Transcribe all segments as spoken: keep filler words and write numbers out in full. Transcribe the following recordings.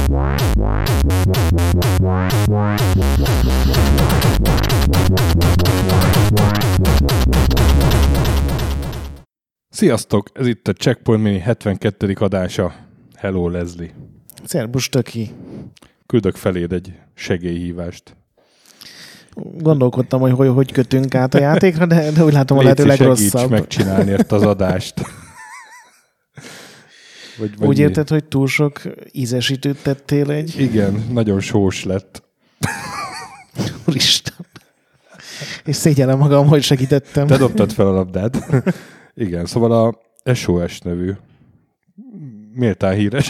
Sziasztok! Ez itt a Checkpoint Mini hetvenkettedik adása. Hello, Leslie. Szerbus, Töki. Küldök feléd egy segélyhívást. Gondolkodtam, hogy hogy, hogy kötünk át a játékra, de, de úgy látom a lehető legrosszabb. Segíts megcsinálni ezt az adást. Vagy, vagy úgy érted, hogy túl sok ízesítőt tettél egy? Igen, nagyon sós lett. Úristen. És szégyellem magam, hogy segítettem. Te dobtad fel a labdát. Igen, szóval a es o es nevű méltán híres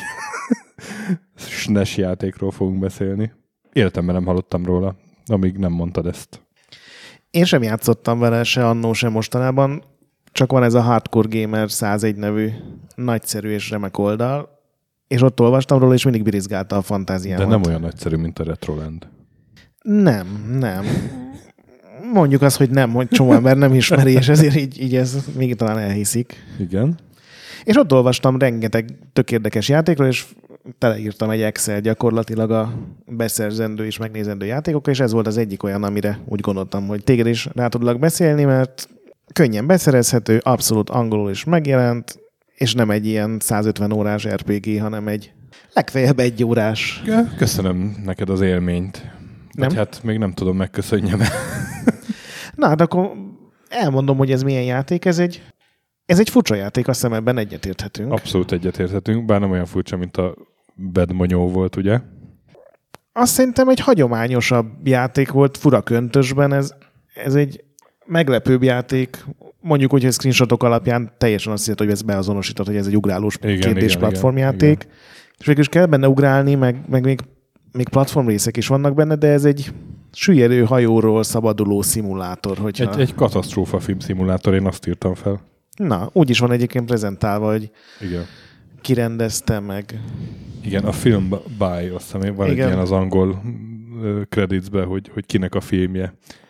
es en e es játékról fogunk beszélni. Életemben nem hallottam róla, amíg nem mondtad ezt. Én sem játszottam vele se annó, se mostanában, csak van ez a Hardcore Gamer százegy nevű nagyszerű és remek oldal, és ott olvastam róla, és mindig birizgálta a fantáziámat. De nem olyan nagyszerű, mint a Retroland. Nem, nem. Mondjuk azt, hogy nem, hogy csomó ember nem ismeri, és ezért így, így ez még talán elhiszik. Igen. És ott olvastam rengeteg tök érdekes játékról, és teleírtam egy Excel gyakorlatilag a beszerzendő és megnézendő játékokkal, és ez volt az egyik olyan, amire úgy gondoltam, hogy téged is rá tudlak beszélni, mert könnyen beszerezhető, abszolút angolul is megjelent, és nem egy ilyen százötven órás er pé gé, hanem egy legfeljebb egy órás. Köszönöm neked az élményt. Nem? Vagy hát még nem tudom, megköszönjem. Na, hát akkor elmondom, hogy ez milyen játék. Ez egy, ez egy furcsa játék, azt hiszem ebben egyetérthetünk. Abszolút egyetérthetünk, bár nem olyan furcsa, mint a Bad Monyó volt, ugye? Azt szerintem egy hagyományosabb játék volt, fura köntösben. Ez, ez egy meglepőbb játék. Mondjuk úgy, hogy screenshotok alapján teljesen azt hiszed, hogy ez beazonosított, hogy ez egy ugrálós kérdés platformjáték. És végül is kell benne ugrálni, meg, meg még, még platform részek is vannak benne, de ez egy süllyedő hajóról szabaduló szimulátor. Hogyha... Egy, egy katasztrófa film szimulátor, én azt írtam fel. Na, úgy is van egyébként prezentálva, hogy igen. Kirendezte meg. Igen, a film by, azt hiszem, van igen. Egy ilyen az angol creditsbe, hogy, hogy kinek a filmje.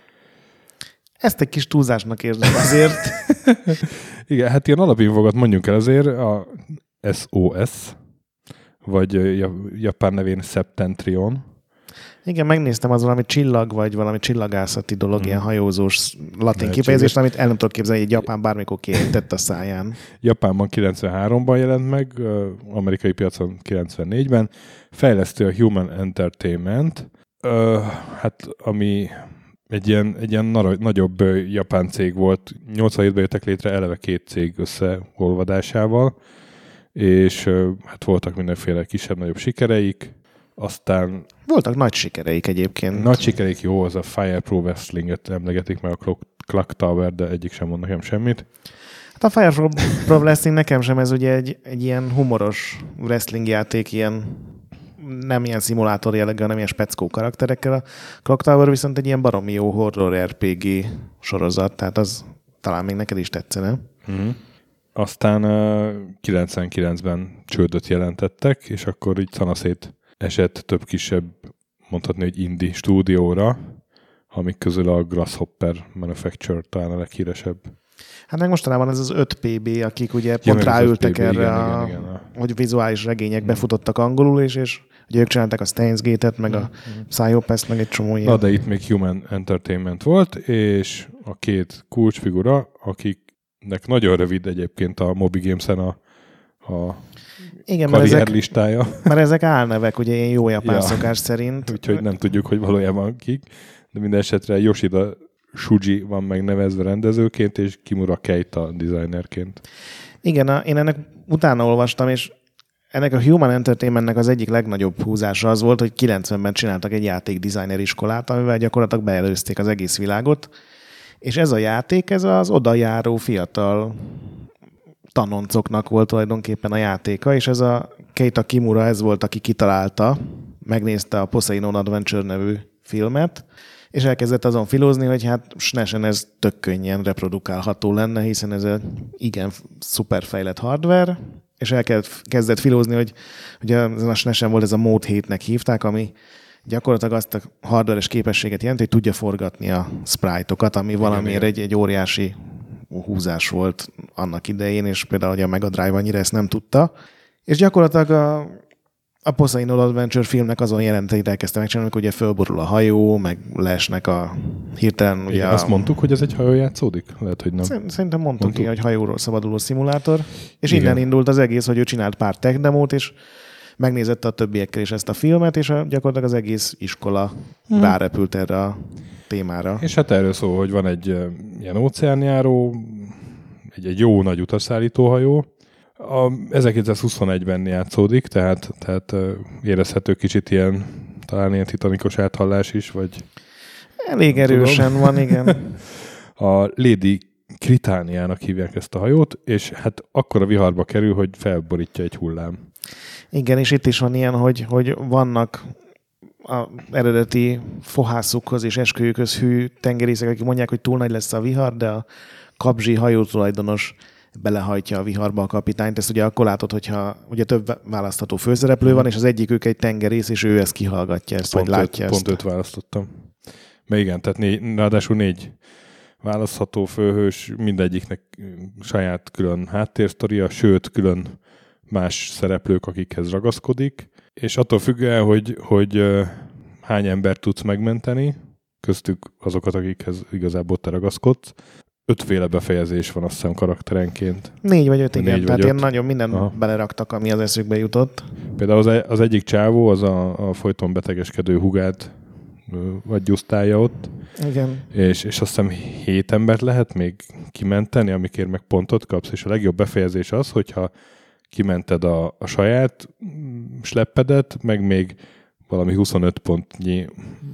Ezt egy kis túlzásnak érzem azért. Igen, hát ilyen alapinfogat mondjunk el azért, a es o es, vagy japán nevén Septentrion. Igen, megnéztem, az valami csillag, vagy valami csillagászati dolog, hmm. ilyen hajózós latin kifejezést, amit el nem tudok képzelni, hogy egy japán bármikor kiejtett a száján. Japánban kilencvenháromban jelent meg, amerikai piacon kilencvennégyben. Fejlesztő a Human Entertainment, hát ami egy ilyen, egy ilyen nagyobb japán cég volt. nyolcvanhétben jöttek létre eleve két cég összeolvadásával, és hát voltak mindenféle kisebb-nagyobb sikereik. Aztán... Voltak nagy sikereik egyébként. Nagy sikereik, jó, az a Fire Pro Wrestling-et emlegetik, meg a Clock Tower, de egyik sem mond nekem semmit. Hát a Fire Pro Wrestling nekem sem, ez ugye egy, egy ilyen humoros wrestling játék, ilyen nem ilyen szimulátor jelleggel, hanem ilyen speckó karakterekkel. A Clock Tower viszont egy ilyen baromi jó horror er pé gé sorozat, tehát az talán még neked is tetszene. Mm-hmm. Aztán uh, kilencvenkilencben csődöt jelentettek, és akkor így szanaszét esett több kisebb, mondhatni, hogy indie stúdióra, amik közül a Grasshopper Manufacture talán a leghíresebb. Hát meg mostanában ez az öt pé bé, akik ugye pont ja, ráültek erre, igen, a, igen, igen, a... hogy vizuális regények hmm. befutottak angolul is, és ugye ők csinálták a Steins Gate-et, meg hmm. a Psychopath, meg egy csomó ilyen. Na, de itt még Human Entertainment volt, és a két kulcsfigura, akiknek nagyon rövid egyébként a Moby Games-en a, a igen, karrierlistája. Mert, mert ezek álnevek, ugye ilyen jó japán ja. szokás szerint. Úgyhogy nem tudjuk, hogy valójában kik, de minden esetre Yoshida Shuji van megnevezve rendezőként, és Kimura Keita designerként. Igen, a, én ennek utána olvastam, és ennek a Human Entertainmentnek az egyik legnagyobb húzása az volt, hogy kilencvenben csináltak egy játékdesigner iskolát, amivel gyakorlatilag beelőzték az egész világot, és ez a játék, ez az odajáró fiatal tanoncoknak volt tulajdonképpen a játéka, és ez a Keita Kimura, ez volt, aki kitalálta, megnézte a Poseidon Adventure nevű filmet, és elkezdett azon filózni, hogy hát es en e-sen ez tök könnyen reprodukálható lenne, hiszen ez egy igen szuperfejlett hardware, és elkezdett filózni, hogy, hogy a es en e-sen volt ez a Mode hétnek hívták, ami gyakorlatilag azt a hardware-es képességet jelenti, hogy tudja forgatni a sprite-okat, ami valamiért egy, egy óriási húzás volt annak idején, és például hogy a Mega Drive annyira ezt nem tudta. És gyakorlatilag a, a Poseidon Adventure filmnek azon jelenteit elkezdte megcsinálni, hogy ugye fölborul a hajó, meg leesnek a hirtelen... Ugye igen, a... azt mondtuk, hogy ez egy hajó játszódik? Lehet, hogy nem. Szerintem mondtuk, mondtuk. Igen, hogy hajóról szabaduló szimulátor. És Igen. innen indult az egész, hogy ő csinált pár tech demót, és megnézette a többiekkel is ezt a filmet, és a, gyakorlatilag az egész iskola hmm. rárepült erre a témára. És hát erről szól, hogy van egy uh, ilyen óceánjáró, egy, egy jó nagy utasszállítóhajó. A ezerkilencszázhuszonegyben játszódik, tehát, tehát uh, érezhető kicsit ilyen, talán ilyen titanikos áthallás is, vagy... Elég erősen tudom. Van, igen. A Lady Kritániának hívják ezt a hajót, és hát akkor a viharba kerül, hogy felborítja egy hullám. Igen, és itt is van ilyen, hogy, hogy vannak a eredeti fohászukhoz és esküjükhöz hű tengerészek, akik mondják, hogy túl nagy lesz a vihar, de a kapzsi hajótulajdonos belehajtja a viharba a kapitányt. Ezt ugye akkor látod, hogyha ugye több választható főszereplő van, és az egyikük egy tengerész, és ő ezt kihallgatja, ezt, pont vagy látja öt, ezt. Pont öt választottam. Mert igen, tehát négy, ráadásul négy választható főhős, mindegyiknek saját külön háttérsztoria, sőt, külön más szereplők, akikhez ragaszkodik, és attól függően, hogy, hogy uh, hány embert tudsz megmenteni, köztük azokat, akikhez igazából te ragaszkodsz. Ötféle befejezés van, azt hiszem, karakterenként. Négy vagy öt, igen. Négy Tehát vagy ilyen öt. nagyon mindent Aha. beleraktak, ami az eszükbe jutott. Például az, az egyik csávó, az a, a folyton betegeskedő hugát vagyusztálja ott. Igen. És, és azt hiszem hét embert lehet még kimenteni, amikért meg pontot kapsz, és a legjobb befejezés az, hogyha kimented a, a saját sleppedet, meg még valami huszonöt pontnyi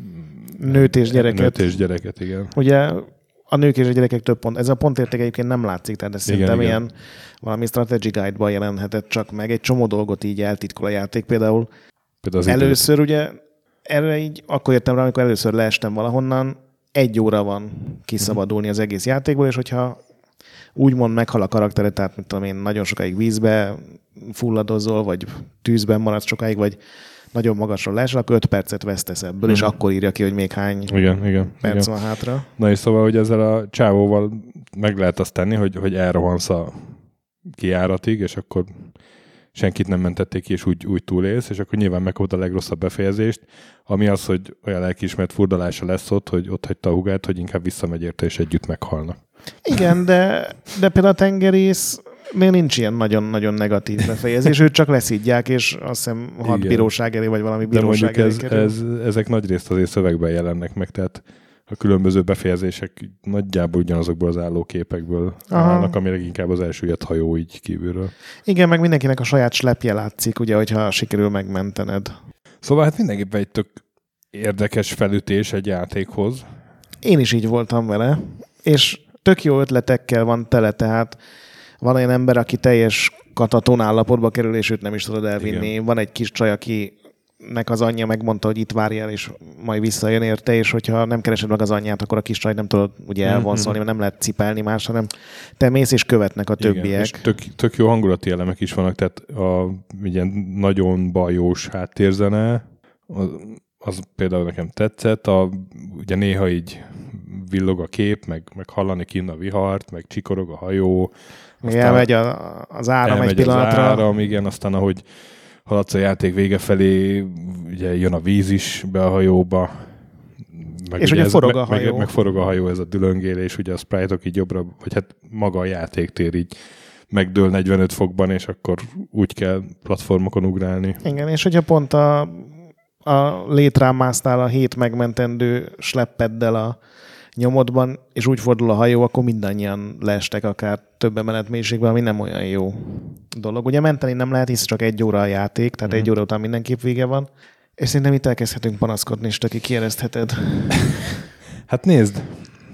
nőt és gyereket. Nőt és gyereket, igen. Ugye a nők és a gyerekek több pont. Ez a pontérték egyébként nem látszik, tehát ez igen, szerintem igen. ilyen valami strategy guide-ban jelenhetett csak meg. Egy csomó dolgot így eltitkol a játék. Például, Például először időt. Ugye erre így akkor jöttem rá, amikor először leestem valahonnan, egy óra van kiszabadulni az egész játékból, és hogyha úgymond meghal a karakteret, tehát mit tudom én, nagyon sokáig vízbe fulladozol, vagy tűzben maradsz sokáig, vagy nagyon magasról leesel, akkor öt percet vesztesz ebből, mm. és akkor írja ki, hogy még hány igen, igen, perc igen. van hátra. Na és szóval, hogy ezzel a csávóval meg lehet azt tenni, hogy, hogy elrohansz a kijáratig, és akkor senkit nem mentették ki, és úgy, úgy túlélsz, és akkor nyilván megkapod a legrosszabb befejezést, ami az, hogy olyan lelkiismert furdalása lesz ott, hogy ott hagyta a hugát, hogy inkább visszamegy érte, és együtt meghalnak. Igen, de, de például a tengerész még nincs ilyen nagyon-nagyon negatív befejezés, őt csak leszidják, és azt hiszem hat igen. bíróság elé, vagy valami de bíróság elé ez, ez, ezek nagyrészt azért szövegben jelennek meg, tehát a különböző befejezések nagyjából ugyanazokból az állóképekből Aha. állnak, ami leginkább az elsüllyedt hajó így kívülről. Igen, meg mindenkinek a saját slepje látszik, ugye, hogyha sikerül megmentened. Szóval hát mindenképpen egy tök érdekes felütés egy játékhoz. Én is így voltam vele, és tök jó ötletekkel van tele, tehát van olyan ember, aki teljes kataton állapotba kerül, és őt nem is tudod elvinni. Igen. Van egy kis csaj, akinek az anyja megmondta, hogy itt várjál, és majd visszajön érte, és hogyha nem keresed meg az anyját, akkor a kis csaj nem tudod ugye elvonszolni, mert nem lehet cipelni más, hanem te mész és követnek a többiek. Igen, és tök, tök jó hangulati elemek is vannak, tehát a ilyen nagyon bajós háttérzene, az, az például nekem tetszett, a, ugye néha így villog a kép, meg, meg hallani kinn a vihart, meg csikorog a hajó. Aztán elmegy a, az áram egy pillanatra. Az áram, igen, aztán ahogy haladsz a játék vége felé, ugye jön a víz is be a hajóba. Meg és ugye, ugye forog a hajó. Meg, meg forog a hajó, ez a dülöngélés, ugye a sprite-ok így jobbra, vagy hát maga a játéktér így megdől negyvenöt fokban, és akkor úgy kell platformokon ugrálni. Igen, és hogyha pont a, a létrán másztál a hét megmentendő sleppeddel a nyomodban, és úgy fordul a hajó, akkor mindannyian leestek akár több emelet mélységben, ami nem olyan jó dolog. Ugye menteni nem lehet, hisz csak egy óra a játék, tehát mm. egy óra után mindenképp vége van, és szerintem itt elkezdhetünk panaszkodni, és te kiéreztheted. Hát nézd!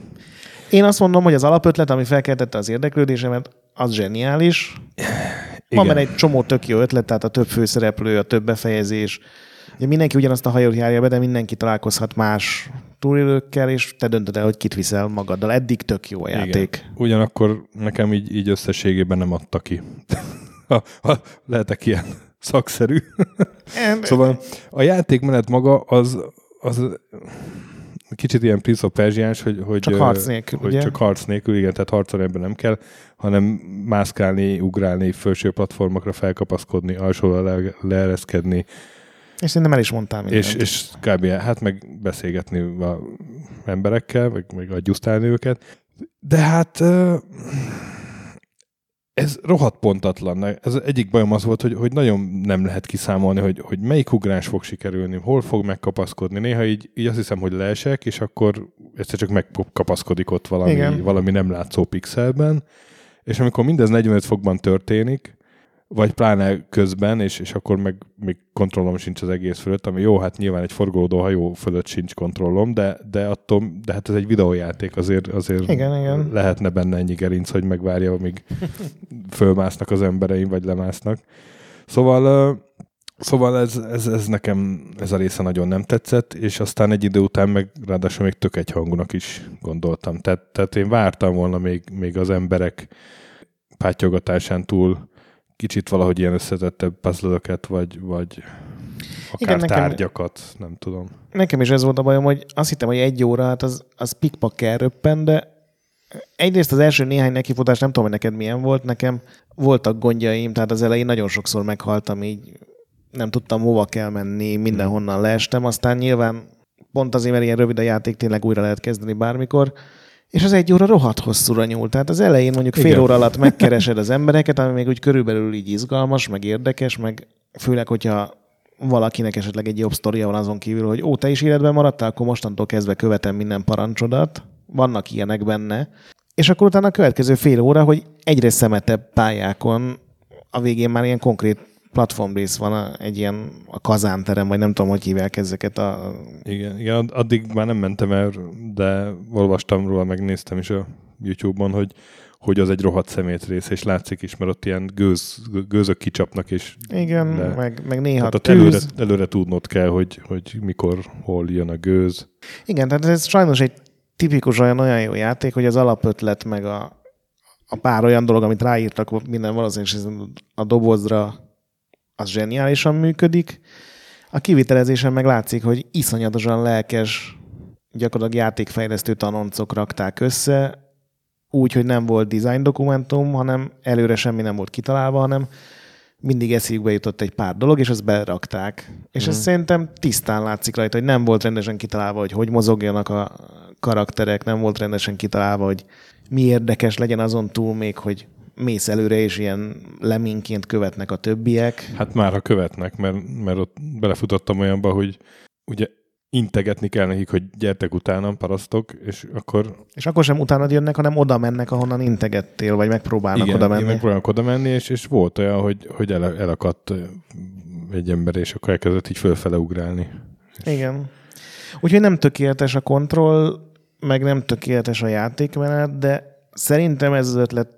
Én azt mondom, hogy az alapötlet, ami felkeltette az érdeklődésemet, az zseniális. Van benne egy csomó tök jó ötlet, tehát a több főszereplő, a több befejezés. Ugye mindenki ugyanazt a hajót járja be, de mindenki találkozhat más túlélőkkel, és te döntöd el, hogy kit viszel magaddal. Eddig tök jó a játék. Igen. Ugyanakkor nekem így, így összességében nem adta ki. ha, ha lehetek ilyen szakszerű. szóval a játékmenet maga az, az kicsit ilyen Prince of Persians, hogy, hogy, csak harc nélkül, hogy ugye? csak harc nélkül, igen, tehát harcolni ebben nem kell, hanem mászkálni, ugrálni, felső platformokra felkapaszkodni, alsóra le- leereszkedni. És szerintem el is mondtál mindent. És, és kb. Hát meg beszélgetni a emberekkel, meg, meg adjusztálni őket. De hát ez rohadt pontatlan. Ez egyik bajom az volt, hogy, hogy nagyon nem lehet kiszámolni, hogy, hogy melyik ugrás fog sikerülni, hol fog megkapaszkodni. Néha így, így azt hiszem, hogy leesek, és akkor egyszer csak megkapaszkodik ott valami, valami nem látszó pixelben. És amikor mindez negyvenöt fokban történik, vagy pláne közben, és, és akkor meg még kontrollom sincs az egész fölött, ami jó, hát nyilván egy forgolódó hajó fölött sincs kontrollom, de, de attól, de hát ez egy videójáték, azért, azért igen, igen. lehetne benne ennyi gerinc, hogy megvárja, amíg fölmásznak az embereim, vagy lemásznak. Szóval, szóval ez, ez, ez nekem, ez a része nagyon nem tetszett, és aztán egy idő után meg ráadásul még tök egyhangúnak is gondoltam. Tehát, tehát én vártam volna még, még az emberek pátyogatásán túl kicsit valahogy ilyen összetettebb puzzle-öket, vagy, vagy akár igen, tárgyakat, nekem, nem tudom. Nekem is ez volt a bajom, hogy azt hittem, hogy egy óra, hát az, az pikpakkel röppen, de egyrészt az első néhány nekifutás, nem tudom, hogy neked milyen volt, nekem voltak gondjaim, tehát az elején nagyon sokszor meghaltam, így nem tudtam, hova kell menni, mindenhonnan leestem, aztán nyilván pont azért, mert ilyen rövid a játék, tényleg újra lehet kezdeni bármikor, és az egy óra rohadt hosszúra nyúlt. Tehát az elején mondjuk fél igen. óra alatt megkeresed az embereket, ami még úgy körülbelül így izgalmas, meg érdekes, meg főleg, hogyha valakinek esetleg egy jobb sztoria van azon kívül, hogy ó, te is életben maradtál, akkor mostantól kezdve követem minden parancsodat. Vannak ilyenek benne. És akkor utána a következő fél óra, hogy egyre szemetebb pályákon a végén már ilyen konkrét platformrész van, egy ilyen a kazánterem, vagy nem tudom, hogy hívják ezeket a... Igen, igen, addig már nem mentem el, de olvastam róla, megnéztem is a YouTube-on, hogy, hogy az egy rohadt szemétrész, és látszik is, mert ott ilyen gőz, gőzök kicsapnak, és... Igen, le... meg, meg néha tűz. Előre, előre tudnod kell, hogy, hogy mikor, hol jön a gőz. Igen, tehát ez sajnos egy tipikus olyan, olyan jó játék, hogy az alapötlet, meg a, a pár olyan dolog, amit ráírtak minden valószínűleg a dobozra, az zseniálisan működik. A kivitelezésen meg látszik, hogy iszonyatosan lelkes, gyakorlatilag játékfejlesztő tanoncok rakták össze, úgy, hogy nem volt design dokumentum, hanem előre semmi nem volt kitalálva, hanem mindig eszükbe jutott egy pár dolog, és azt berakták. És mm. ez szerintem tisztán látszik rajta, hogy nem volt rendesen kitalálva, hogy hogy mozogjanak a karakterek, nem volt rendesen kitalálva, hogy mi érdekes legyen azon túl még, hogy mész előre, és ilyen leményként követnek a többiek. Hát már ha követnek, mert, mert ott belefutottam olyanba, hogy ugye integetni kell nekik, hogy gyertek utánam, parasztok, és akkor... És akkor sem utánad jönnek, hanem oda mennek, ahonnan integettél, vagy megpróbálnak igen, oda menni. Igen, megpróbálnak oda menni, és, és volt olyan, hogy, hogy el, elakadt egy ember, és akkor elkezdett így fölfele ugrálni. Igen. Úgyhogy nem tökéletes a kontroll, meg nem tökéletes a játékmenet, de szerintem ez az ötlet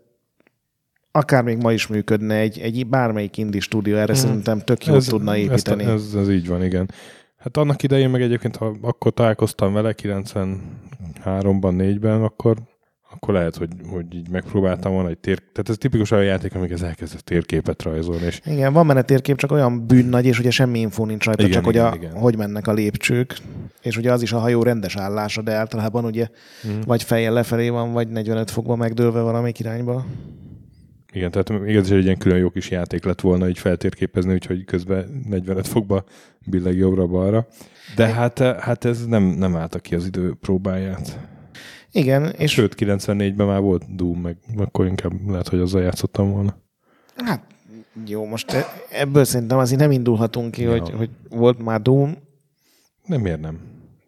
akár még ma is működne, egy, egy bármelyik indie stúdió erre hmm. szerintem tök jól tudna építeni. Ez, ez, ez így van, igen. Hát annak idején meg egyébként, ha akkor találkoztam vele kilencvenháromban, négyben, akkor, akkor lehet, hogy, hogy így megpróbáltam volna egy tér... Tehát ez tipikus olyan játék, amikor elkezdett térképet rajzolni. És... Igen, van benne térkép, csak olyan bűnnagy, és ugye semmi infó nincs rajta, igen, csak igen, hogy, a, igen. hogy mennek a lépcsők. És ugye az is a hajó rendes állása, de általában ugye hmm. vagy fejjel lefelé van, vagy negyvenöt fokban megdőlve valamelyik irányba. Igen, tehát igaz, egy ilyen külön jó kis játék lett volna így feltérképezni, úgyhogy közben negyvenöt fokba billeg jobbra-balra. De hát, hát ez nem, nem állta ki az idő próbáját. Igen. És sőt, kilencvennégyben már volt Doom, meg akkor inkább lehet, hogy azzal játszottam volna. Hát jó, most ebből szerintem azért nem indulhatunk ki, ja. hogy, hogy volt már Doom. Nem, miért nem?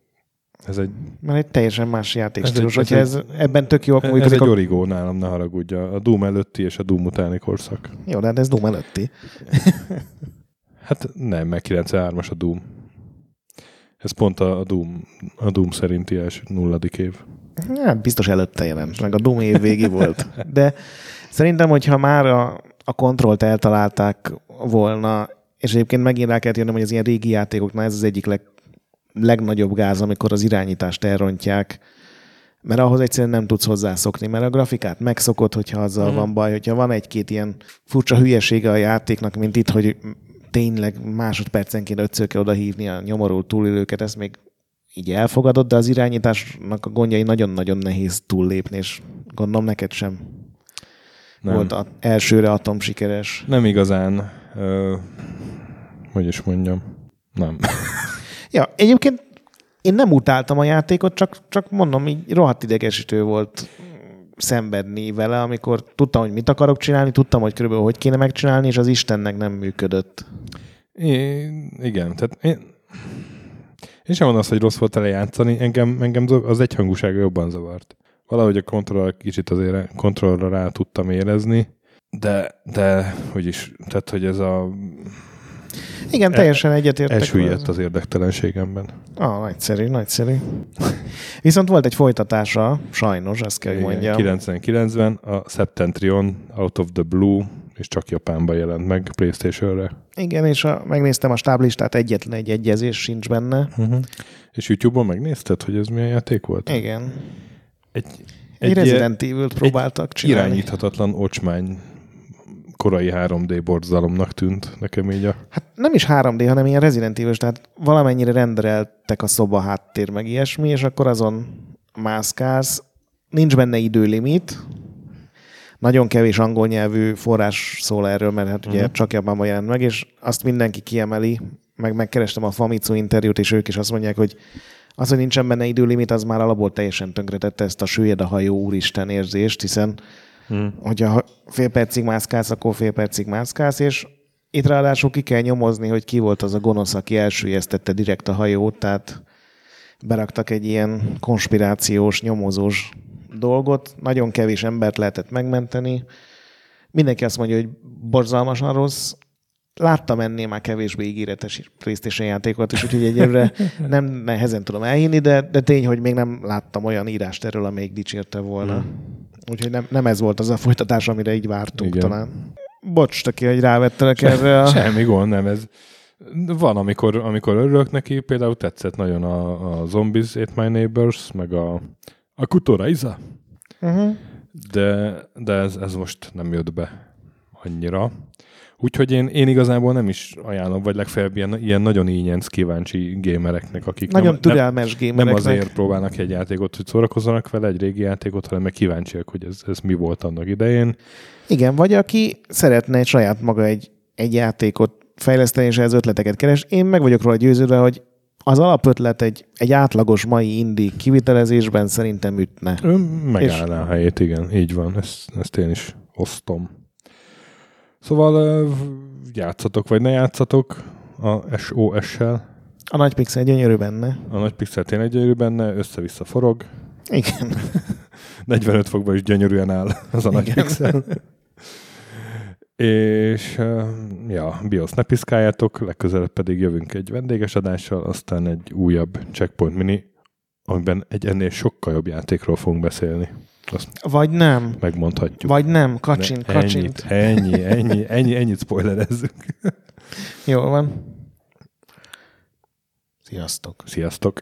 Ez egy... Mert egy teljesen más játékstílus, hogyha ez, ez ebben tök jó működik. Ez egy origó nálam, ne haragudj. A Doom előtti és a Doom utáni korszak. Jó, de hát ez Doom előtti. Hát nem, meg kilencvenhármas a Doom. Ez pont a Doom, a Doom szerinti első nulladik év. Hát biztos előtte jelent, meg a Doom év végi volt. De szerintem, hogyha már a, a kontrollt eltalálták volna, és egyébként megint rá kell jönnöm, hogy az ilyen régi játékoknál ez az egyik leg legnagyobb gáz, amikor az irányítást elrontják, mert ahhoz egyszerűen nem tudsz hozzászokni, mert a grafikát megszokod, hogyha azzal mm. van baj, hogyha van egy-két ilyen furcsa hülyesége a játéknak, mint itt, hogy tényleg másodpercenként ötször kell odahívni a nyomorult túlélőket, ezt még így elfogadott, de az irányításnak a gondjai nagyon-nagyon nehéz túllépni, és gondolom neked sem nem. volt a elsőre atomsikeres. Nem igazán, ö, hogy is mondjam, nem. Ja, egyébként én nem utáltam a játékot, csak, csak mondom, így rohadt idegesítő volt szenvedni vele, amikor tudtam, hogy mit akarok csinálni, tudtam, hogy körülbelül hogy kéne megcsinálni, és az Istennek nem működött. É, igen, tehát én, én sem mondom azt, hogy rossz volt elejátszani, engem, engem az egyhangúsága jobban zavart. Valahogy a kontroller kicsit azért kontrollra rá tudtam érezni, de, de hogy is, tehát, hogy ez a... Igen, teljesen egyetértek. Elsüllyedt az érdektelenségemben. Ah, nagyszerű, nagyszerű. Viszont volt egy folytatása, sajnos, azt kell, hogy mondjam. kilencvenkilencben a Septentrion Out of the Blue, és csak Japánban jelent meg PlayStation-re. Igen, és a, megnéztem a stáblistát, egyetlen egy egyezés sincs benne. Uh-huh. És YouTube-on megnézted, hogy ez milyen játék volt? Igen. Egy, egy, egy Resident Evil-t próbáltak csinálni. Irányíthatatlan ocsmány korai három dé borzalomnak tűnt nekem így a... Hát nem is három dé, hanem ilyen Resident Evil, tehát valamennyire rendereltek a szoba háttér meg ilyesmi, és akkor azon mászkálsz. Nincs benne időlimit. Nagyon kevés angol nyelvű forrás szól erről, mert hát ugye uh-huh. csak Japánban jelent meg, és azt mindenki kiemeli, meg megkerestem a Famitsu interjút, és ők is azt mondják, hogy az, hogy nincsen benne időlimit, az már alapból teljesen tönkretette ezt a süllyed a hajó úristen érzést, hiszen Hmm. hogyha fél percig mászkálsz, akkor fél percig mászkálsz, és itt ráadásul ki kell nyomozni, hogy ki volt az a gonosz, aki elsüllyesztette direkt a hajót, tehát beraktak egy ilyen konspirációs, nyomozós dolgot, nagyon kevés embert lehetett megmenteni. Mindenki azt mondja, hogy borzalmasan rossz. Láttam ennél már kevésbé ígéretes PlayStation játékot is, úgyhogy egyébként nem nehezen tudom elhinni, de, de tény, hogy még nem láttam olyan írást erről, amelyik dicsérte volna. Hmm. Úgyhogy nem, nem ez volt az a folytatás, amire így vártunk. Igen. Talán. Bocs, Taki, hogy rávettelek erre. A... Semmi gond, nem ez. Van, amikor, amikor örülök neki, például tetszett nagyon a, a Zombies Ate My Neighbors, meg a, a Kutoraiza. Uh-huh. De, de ez, ez most nem jött be annyira. Úgyhogy én, én igazából nem is ajánlom, vagy legfeljebb ilyen, ilyen nagyon ínyenc kíváncsi gamereknek, akik nagyon nem, türelmes nem, nem azért próbálnak egy játékot, hogy szórakozzanak vele, egy régi játékot, hanem meg kíváncsiak, hogy ez, ez mi volt annak idején. Igen, vagy aki szeretne egy saját maga egy, egy játékot fejleszteni, és ehhez ötleteket keres. Én meg vagyok róla győződve, hogy az alapötlet egy, egy átlagos mai indie kivitelezésben szerintem ütne. Ön megállná a helyét, igen, így van. Ezt, ezt én is osztom. Szóval játszatok, vagy ne játszatok a es o es-sel. A nagy pixel gyönyörű benne. A nagy pixel tényleg gyönyörű benne, össze-vissza forog. Igen. negyvenöt fokban is gyönyörűen áll az a nagy Igen. pixel. És ja, BIOS ne piszkáljátok, legközelebb pedig jövünk egy vendéges adással, aztán egy újabb Checkpoint Mini, amiben egy ennél sokkal jobb játékról fogunk beszélni. Azt vagy nem. Megmondhatjuk. Vagy nem. Kacsint, ne, kacsint. Ennyi, ennyi, ennyi, ennyi, ennyit spoilerezzük. Jól van. Sziasztok. Sziasztok.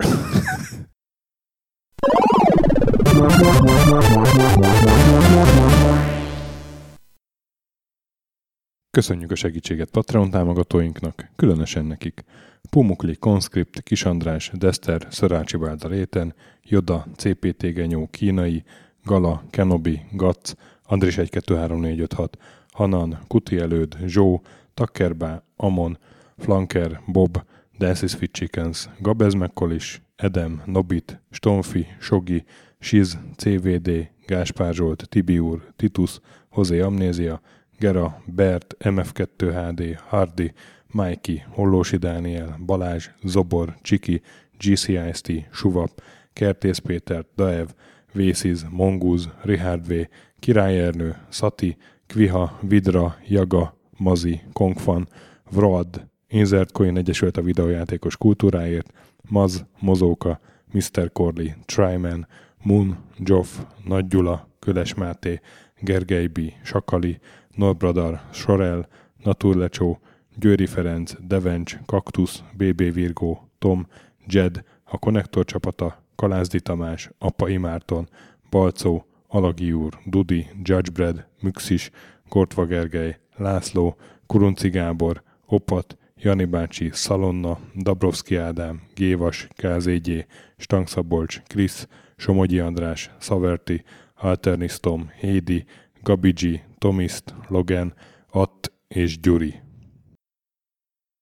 Köszönjük a segítséget Patreon támogatóinknak, különösen nekik. Pumukli, Conscript, Kisandrás, Dester, Szörácsi Bálda Réten, Joda, cé pé té Genyó, Kínai, Gala, Kenobi, Gac, Andris egy kettő három négy öt hat, Hanan, Kuti Előd, Zsó, Takkerbá, Amon, Flanker, Bob, Dance is Fit Chickens, Gabez Mekkolis, Edem, Nobit, Stonfi, Sogi, Siz, cé vé dé, Gáspár Zsolt, Tibiur, Titus, Hozé Amnézia, Gera, Bert, em ef kettő há dé, Hardy, Mikey, Hollósi Dániel, Balázs, Zobor, Csiki, gé cé i es té, Suvap, Kertész Péter, Daev, Vésziz, Mongúz, Richard V, Király Ernő, Szati, Kviha, Vidra, Jaga, Mazi, Kongfan, Vroad, Insert Coin Egyesült a videójátékos kultúráért, Maz, Mozóka, miszter Corley, Tryman, Moon, Joff, Nagy Gyula, Köles Máté, Gergely B, Sakali, Norbradar, Sorel, Naturlecsó, Győri Ferenc, Devencs, Kaktusz, bé bé Virgó, Tom, Jed, a Konnektor csapata, Kalázdi Tamás, Apa Imárton, Balcó, Alagi úr, Dudi, Judgebred, Müxis, Gortva Gergely, László, Kurunci Gábor, Opat, Jani bácsi, Szalonna, Dabrowski Ádám, Gévas, ká zé gé, Stangszabolcs, Krisz, Somogyi András, Szaverti, Alternisztom, Hédi, Gabigi, Tomiszt, Logan, Att és Gyuri.